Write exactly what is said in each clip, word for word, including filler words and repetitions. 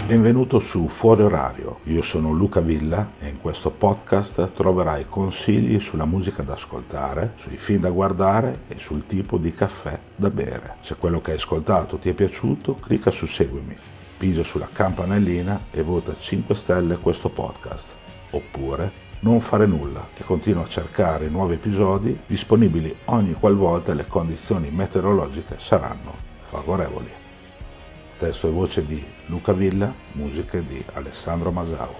Benvenuto su Fuori Orario, io sono Luca Villa e in questo podcast troverai consigli sulla musica da ascoltare, sui film da guardare e sul tipo di caffè da bere. Se quello che hai ascoltato ti è piaciuto, clicca su Seguimi, pigia sulla campanellina e vota cinque stelle questo podcast. Oppure non fare nulla e continua a cercare nuovi episodi disponibili ogni qualvolta le condizioni meteorologiche saranno favorevoli. Testo e voce di Luca Villa, musiche di Alessandro Masao.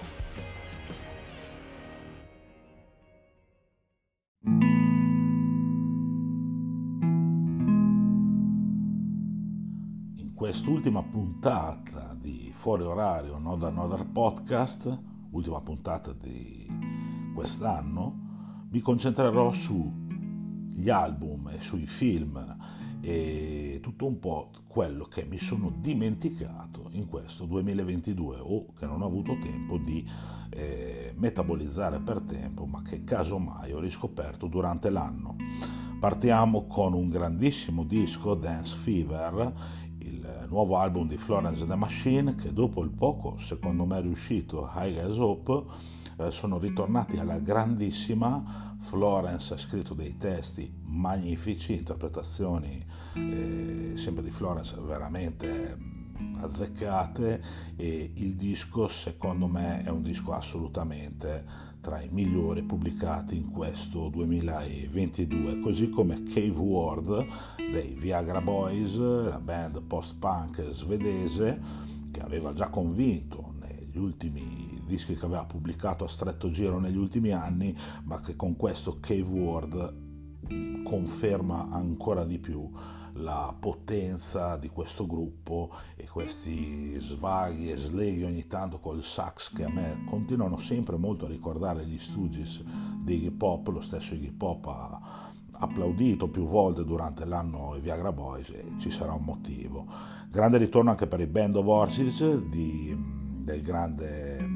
In quest'ultima puntata di Fuori Orario Not Another Podcast, ultima puntata di quest'anno, mi concentrerò sugli album e sui film e tutto un po' quello che mi sono dimenticato in questo duemilaventidue o che non ho avuto tempo di eh, metabolizzare per tempo, ma che casomai ho riscoperto durante l'anno. Partiamo con un grandissimo disco, Dance Fever, il nuovo album di Florence and the Machine, che dopo il poco, secondo me, riuscito High as Hope, eh, sono ritornati alla grandissima. Florence ha scritto dei testi magnifici, interpretazioni eh, sempre di Florence veramente azzeccate, e il disco secondo me è un disco assolutamente tra i migliori pubblicati in questo duemilaventidue, così come Cave World dei Viagra Boys, la band post-punk svedese che aveva già convinto negli ultimi dischi che aveva pubblicato a stretto giro negli ultimi anni, ma che con questo Cave World conferma ancora di più la potenza di questo gruppo e questi svaghi e sleghi ogni tanto col sax che a me continuano sempre molto a ricordare gli Stooges di Iggy Pop. Lo stesso Iggy Pop ha applaudito più volte durante l'anno i Viagra Boys e ci sarà un motivo. Grande ritorno anche per i Band of Horses di, del grande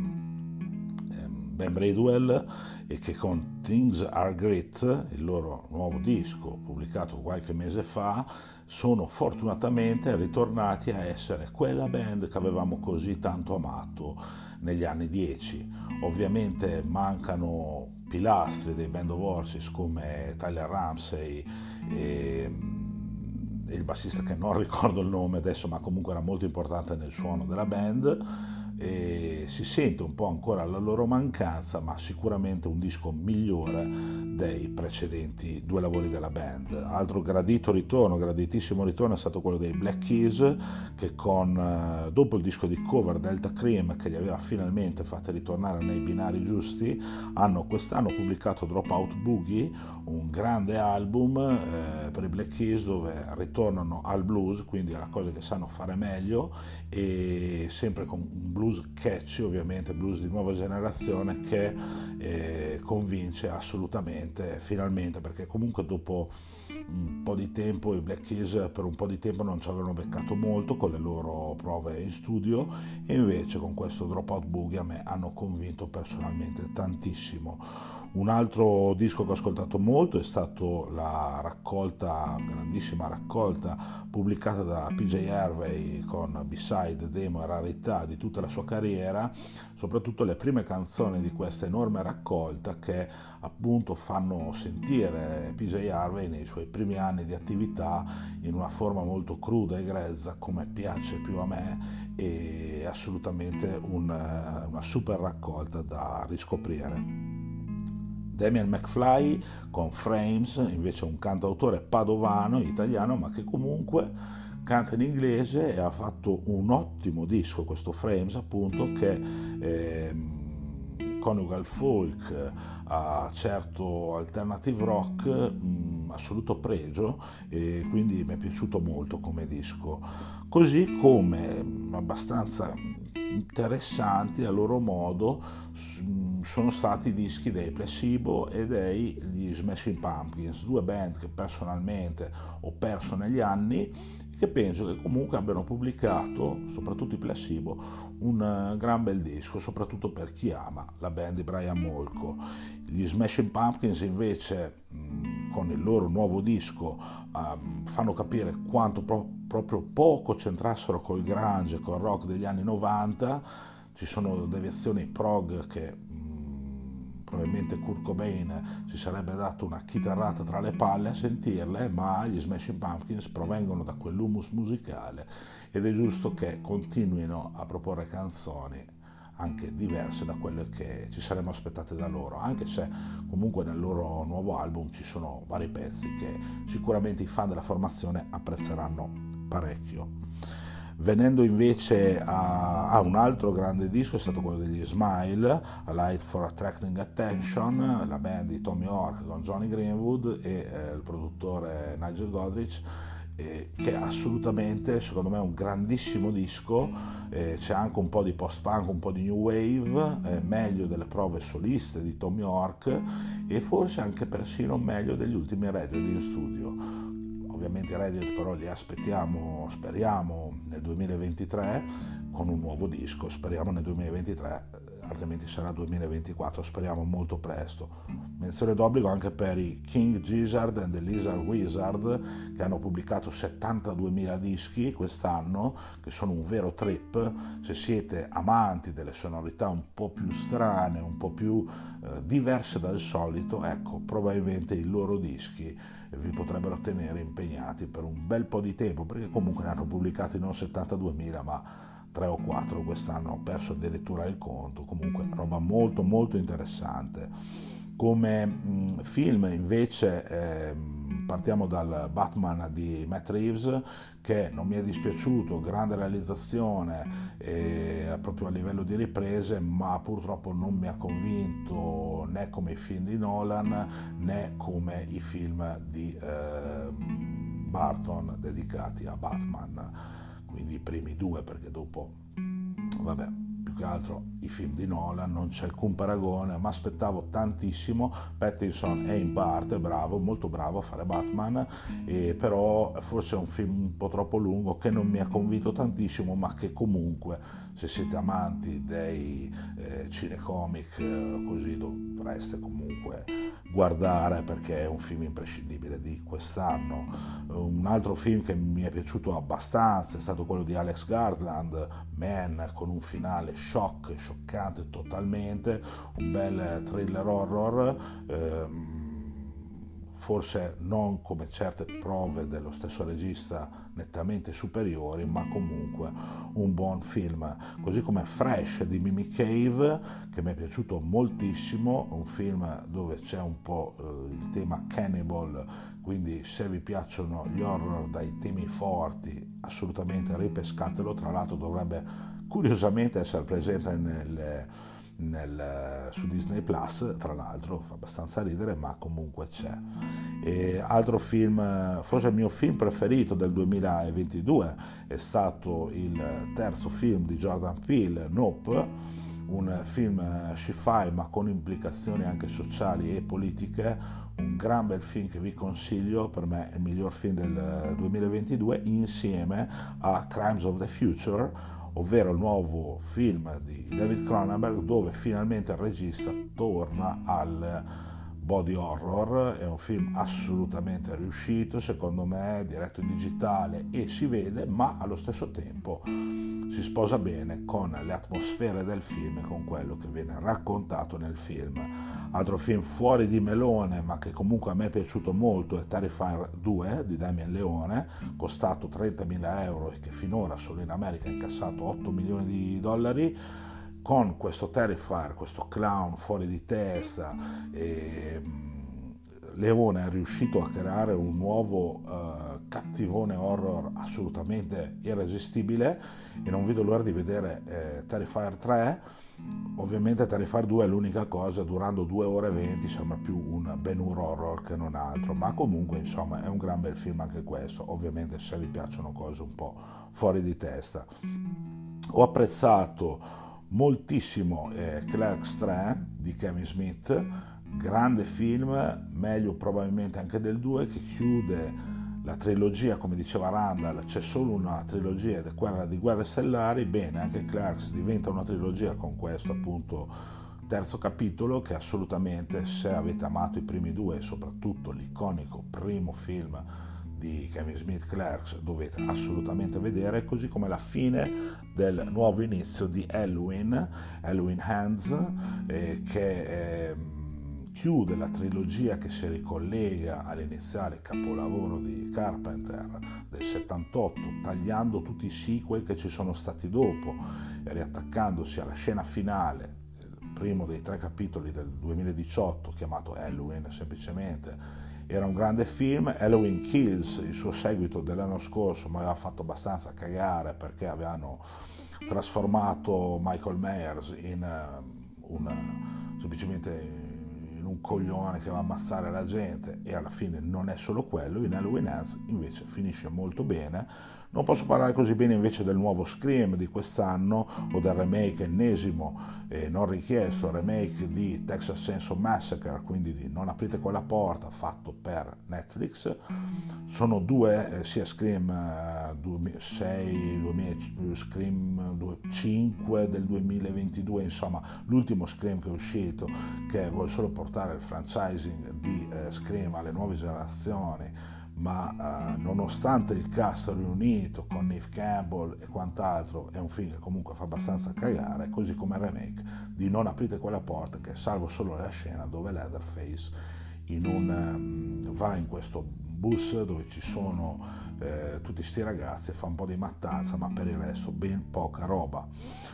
Ben Bradwell, e che con Things Are Great, il loro nuovo disco pubblicato qualche mese fa, sono fortunatamente ritornati a essere quella band che avevamo così tanto amato negli anni dieci. Ovviamente mancano pilastri dei Band of Horses come Tyler Ramsey e, e il bassista che non ricordo il nome adesso, ma comunque era molto importante nel suono della band. E si sente un po' ancora la loro mancanza, ma sicuramente un disco migliore dei precedenti due lavori della band. Altro gradito ritorno, graditissimo ritorno è stato quello dei Black Keys, che con dopo il disco di cover Delta Cream, che li aveva finalmente fatti ritornare nei binari giusti, hanno quest'anno pubblicato Dropout Boogie, un grande album eh, per i Black Keys, dove ritornano al blues, quindi alla cosa che sanno fare meglio, e sempre con un blues catchy, ovviamente blues di nuova generazione, che eh, convince assolutamente finalmente, perché comunque dopo un po' di tempo i Black Keys per un po' di tempo non ci avevano beccato molto con le loro prove in studio, e invece con questo Dropout Boogie a me hanno convinto personalmente tantissimo. Un altro disco che ho ascoltato molto è stato la raccolta, grandissima raccolta pubblicata da P J Harvey con B-side, demo e rarità di tutta la sua carriera, soprattutto le prime canzoni di questa enorme raccolta, che appunto fanno sentire P J Harvey nei suoi primi anni di attività in una forma molto cruda e grezza, come piace più a me, e assolutamente un, una super raccolta da riscoprire. Damian McFly con Frames, invece un cantautore padovano, italiano, ma che comunque canta in inglese e ha fatto un ottimo disco, questo Frames appunto, che eh, coniuga folk a certo alternative rock, mh, assoluto pregio, e quindi mi è piaciuto molto come disco. Così come mh, abbastanza interessanti a loro modo sono stati i dischi dei Placebo e degli Smashing Pumpkins, due band che personalmente ho perso negli anni, che penso che comunque abbiano pubblicato, soprattutto i Placebo, un gran bel disco, soprattutto per chi ama la band di Brian Molko. Gli Smashing Pumpkins invece con il loro nuovo disco um, fanno capire quanto pro- proprio poco c'entrassero col grunge, col rock degli anni novanta. Ci sono deviazioni prog che mh, probabilmente Kurt Cobain si sarebbe dato una chitarrata tra le palle a sentirle, ma gli Smashing Pumpkins provengono da quell'humus musicale ed è giusto che continuino a proporre canzoni anche diverse da quelle che ci saremmo aspettate da loro, anche se comunque nel loro nuovo album ci sono vari pezzi che sicuramente i fan della formazione apprezzeranno parecchio. Venendo invece a, a un altro grande disco, è stato quello degli Smile, A Light for Attracting Attention, la band di Tommy York con Johnny Greenwood e eh, il produttore Nigel Godrich, eh, che assolutamente secondo me è un grandissimo disco. Eh, c'è anche un po' di post-punk, un po' di new wave, eh, meglio delle prove soliste di Tommy York e forse anche persino meglio degli ultimi Radiohead in studio. Ovviamente i Radiohead però li aspettiamo, speriamo, nel duemilaventitré con un nuovo disco, speriamo nel duemilaventitré, altrimenti sarà duemilaventiquattro, speriamo molto presto. Menzione d'obbligo anche per i King Gizzard and the Lizard Wizard, che hanno pubblicato settantaduemila dischi quest'anno, che sono un vero trip. Se siete amanti delle sonorità un po' più strane, un po' più eh, diverse dal solito, ecco, probabilmente i loro dischi vi potrebbero tenere impegnati per un bel po' di tempo, perché comunque ne hanno pubblicati non settantaduemila ma tre o quattro quest'anno, ho perso addirittura il conto. Comunque roba molto molto interessante. Come mh, film invece eh, partiamo dal Batman di Matt Reeves, che non mi è dispiaciuto, grande realizzazione eh, proprio a livello di riprese, ma purtroppo non mi ha convinto né come i film di Nolan né come i film di eh, Burton dedicati a Batman, quindi i primi due, perché dopo vabbè, più che altro i film di Nolan non c'è alcun paragone, ma aspettavo tantissimo. Pattinson è in parte bravo, molto bravo a fare Batman, e però forse è un film un po' troppo lungo che non mi ha convinto tantissimo, ma che comunque se siete amanti dei eh, cinecomic eh, così dovreste comunque guardare, perché è un film imprescindibile di quest'anno. Un altro film che mi è piaciuto abbastanza è stato quello di Alex Garland, Man, con un finale shock, scioccante totalmente, un bel thriller horror, ehm, forse non come certe prove dello stesso regista nettamente superiori, ma comunque un buon film. Così come Fresh di Mimi Cave, che mi è piaciuto moltissimo, un film dove c'è un po' eh, il tema cannibal, quindi se vi piacciono gli horror dai temi forti assolutamente ripescatelo. Tra l'altro dovrebbe curiosamente essere presente nel Nel, su Disney Plus, tra l'altro fa abbastanza ridere, ma comunque c'è. E altro film, forse il mio film preferito del duemilaventidue è stato il terzo film di Jordan Peele, Nope, un film sci-fi ma con implicazioni anche sociali e politiche, un gran bel film che vi consiglio, per me è il miglior film del duemilaventidue, insieme a Crimes of the Future, ovvero il nuovo film di David Cronenberg, dove finalmente il regista torna al body horror. È un film assolutamente riuscito, secondo me, diretto in digitale e si vede, ma allo stesso tempo si sposa bene con le atmosfere del film e con quello che viene raccontato nel film. Altro film fuori di melone, ma che comunque a me è piaciuto molto, è Terrifier due di Damien Leone, costato trentamila euro e che finora solo in America ha incassato otto milioni di dollari. Con questo Terrifier, questo clown fuori di testa, e Leone è riuscito a creare un nuovo uh, cattivone horror assolutamente irresistibile, e non vedo l'ora di vedere eh, Terrifier tre. Ovviamente Terrifier due è l'unica cosa, durando due ore e venti sembra più un Ben-Hur horror che non altro, ma comunque insomma è un gran bel film anche questo, ovviamente se vi piacciono cose un po' fuori di testa. Ho apprezzato moltissimo eh, Clerks tre di Kevin Smith, grande film, meglio probabilmente anche del due, che chiude la trilogia. Come diceva Randall, c'è solo una trilogia ed è quella di Guerre Stellari. Bene, anche Clerks diventa una trilogia con questo appunto terzo capitolo che assolutamente, se avete amato i primi due e soprattutto l'iconico primo film di Kevin Smith, Clerks, dovete assolutamente vedere, così come la fine del nuovo inizio di Halloween, Halloween Hands, eh, che eh, chiude la trilogia che si ricollega all'iniziale capolavoro di Carpenter del settantotto, tagliando tutti i sequel che ci sono stati dopo e riattaccandosi alla scena finale, il primo dei tre capitoli del duemiladiciotto, chiamato Halloween semplicemente. Era un grande film. Halloween Kills, il suo seguito dell'anno scorso, mi aveva fatto abbastanza cagare perché avevano trasformato Michael Myers in uh, un, semplicemente in un coglione che va a ammazzare la gente, e alla fine non è solo quello. In Halloween Ends invece finisce molto bene. Non posso parlare così bene invece del nuovo Scream di quest'anno o del remake ennesimo e non richiesto, il remake di Texas Chainsaw Massacre, quindi di Non aprite quella porta, fatto per Netflix. Sono due, eh, sia Scream eh, sei, duemila, Scream cinque del duemilaventidue, insomma l'ultimo Scream che è uscito, che vuole solo portare il franchising di eh, Scream alle nuove generazioni, ma eh, nonostante il cast riunito con Neve Campbell e quant'altro, è un film che comunque fa abbastanza cagare, così come il remake di Non aprite quella porta, che salvo solo la scena dove Leatherface in un, um, va in questo bus dove ci sono eh, tutti sti ragazzi e fa un po' di mattanza, ma per il resto ben poca roba.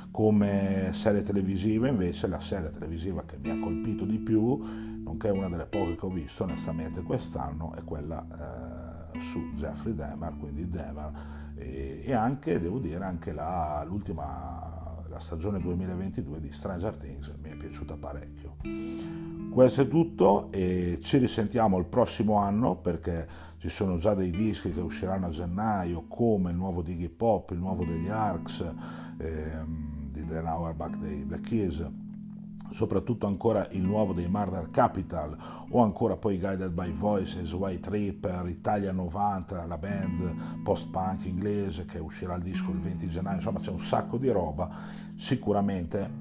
Come serie televisiva invece, la serie televisiva che mi ha colpito di più, nonché una delle poche che ho visto onestamente quest'anno, è quella eh, su Jeffrey Dahmer, quindi Dahmer, e, e anche, devo dire, anche la, l'ultima, la stagione duemilaventidue di Stranger Things mi è piaciuta parecchio. Questo è tutto e ci risentiamo il prossimo anno, perché ci sono già dei dischi che usciranno a gennaio, come il nuovo di Iggy Pop, il nuovo degli Arcs, ehm, di Dan Auerbach dei Black Keys, soprattutto ancora il nuovo dei Murder Capital, o ancora poi Guided by Voices, White Reaper, Italia novanta, la band post-punk inglese che uscirà il disco il venti gennaio, insomma c'è un sacco di roba. Sicuramente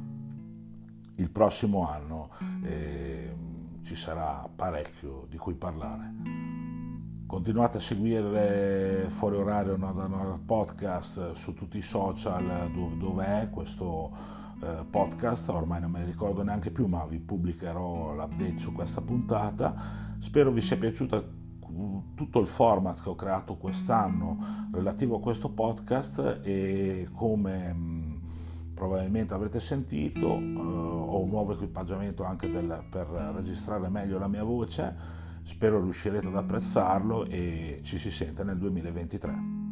il prossimo anno eh, ci sarà parecchio di cui parlare. Continuate a seguire Fuori Orario Nord Podcast su tutti i social dove, dove è questo eh, podcast, ormai non me ne ricordo neanche più, ma vi pubblicherò l'update su questa puntata. Spero vi sia piaciuta tutto il format che ho creato quest'anno relativo a questo podcast, e come mh, probabilmente avrete sentito eh, ho un nuovo equipaggiamento anche del, per registrare meglio la mia voce. Spero riuscirete ad apprezzarlo e ci si sente nel duemilaventitré.